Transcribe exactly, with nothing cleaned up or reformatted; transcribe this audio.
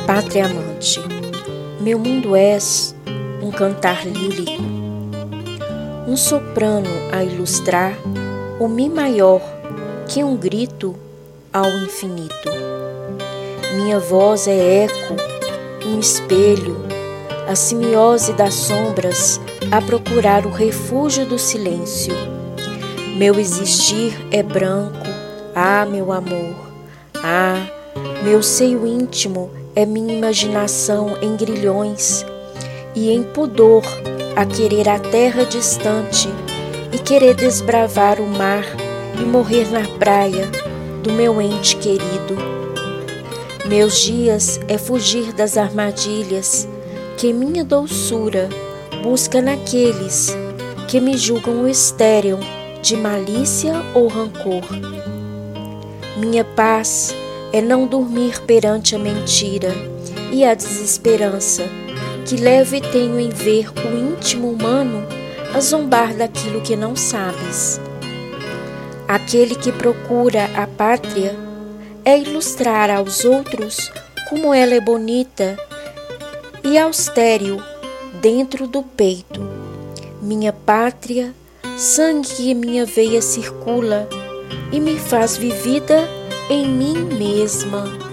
Pátria amante, meu mundo és um cantar lírico, um soprano a ilustrar o mi maior que um grito ao infinito. Minha voz é eco, um espelho, a simiose das sombras a procurar o refúgio do silêncio. Meu existir é branco, ah, meu amor, ah, meu seio íntimo é minha imaginação em grilhões e em pudor a querer a terra distante e querer desbravar o mar e morrer na praia do meu ente querido. Meus dias é fugir das armadilhas que minha doçura busca naqueles que me julgam estéril de malícia ou rancor. Minha paz é não dormir perante a mentira e a desesperança que leve tenho em ver o íntimo humano a zombar daquilo que não sabes. Aquele que procura a pátria é ilustrar aos outros como ela é bonita e austéril dentro do peito. Minha pátria, sangue que em minha veia circula e me faz vivida em mim mesma.